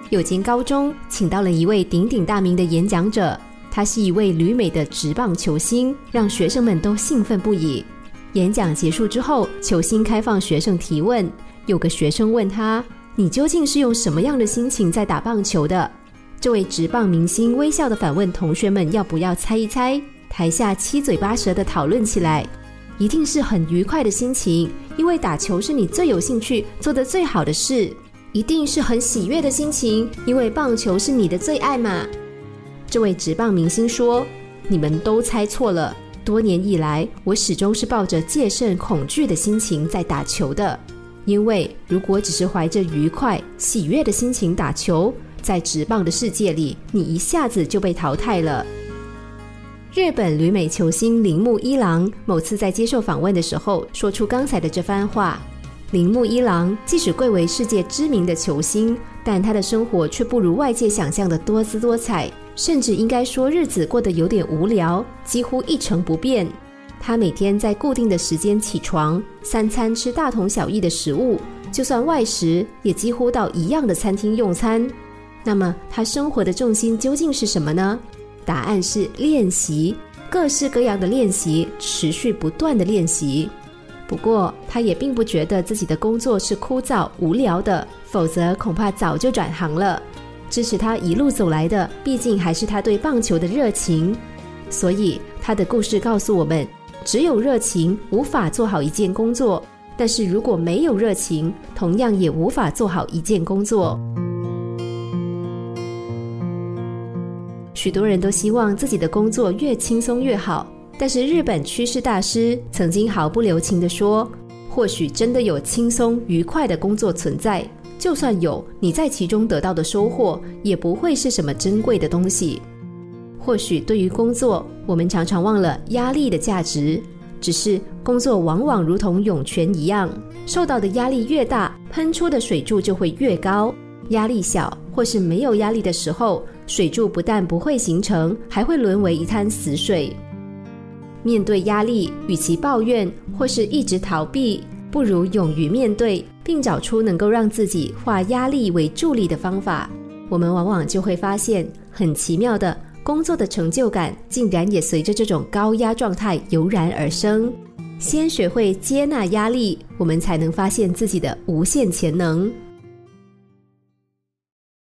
有间高中请到了一位鼎鼎大名的演讲者，他是一位旅美的职棒球星，让学生们都兴奋不已。演讲结束之后，球星开放学生提问，有个学生问他，你究竟是用什么样的心情在打棒球的？这位职棒明星微笑地反问同学们要不要猜一猜，台下七嘴八舌地讨论起来。一定是很愉快的心情，因为打球是你最有兴趣做得最好的事。一定是很喜悦的心情，因为棒球是你的最爱嘛。这位职棒明星说，你们都猜错了，多年以来我始终是抱着戒慎恐惧的心情在打球的。因为如果只是怀着愉快喜悦的心情打球，在职棒的世界里你一下子就被淘汰了。日本旅美球星铃木一郎某次在接受访问的时候说出刚才的这番话。铃木一郎即使贵为世界知名的球星，但他的生活却不如外界想象的多姿多彩，甚至应该说日子过得有点无聊，几乎一成不变。他每天在固定的时间起床，3餐吃大同小异的食物，就算外食也几乎到一样的餐厅用餐。那么他生活的重心究竟是什么呢？答案是练习，各式各样的练习，持续不断的练习。不过他也并不觉得自己的工作是枯燥无聊的，否则恐怕早就转行了。支持他一路走来的，毕竟还是他对棒球的热情。所以他的故事告诉我们，只有热情无法做好一件工作，但是如果没有热情，同样也无法做好一件工作。许多人都希望自己的工作越轻松越好，但是日本趋势大师曾经毫不留情地说，或许真的有轻松愉快的工作存在，就算有，你在其中得到的收获也不会是什么珍贵的东西。或许对于工作，我们常常忘了压力的价值，只是工作往往如同涌泉一样，受到的压力越大，喷出的水柱就会越高。压力小或是没有压力的时候，水柱不但不会形成，还会沦为一滩死水。面对压力，与其抱怨或是一直逃避，不如勇于面对，并找出能够让自己化压力为助力的方法。我们往往就会发现，很奇妙的，工作的成就感竟然也随着这种高压状态油然而生。先学会接纳压力，我们才能发现自己的无限潜能。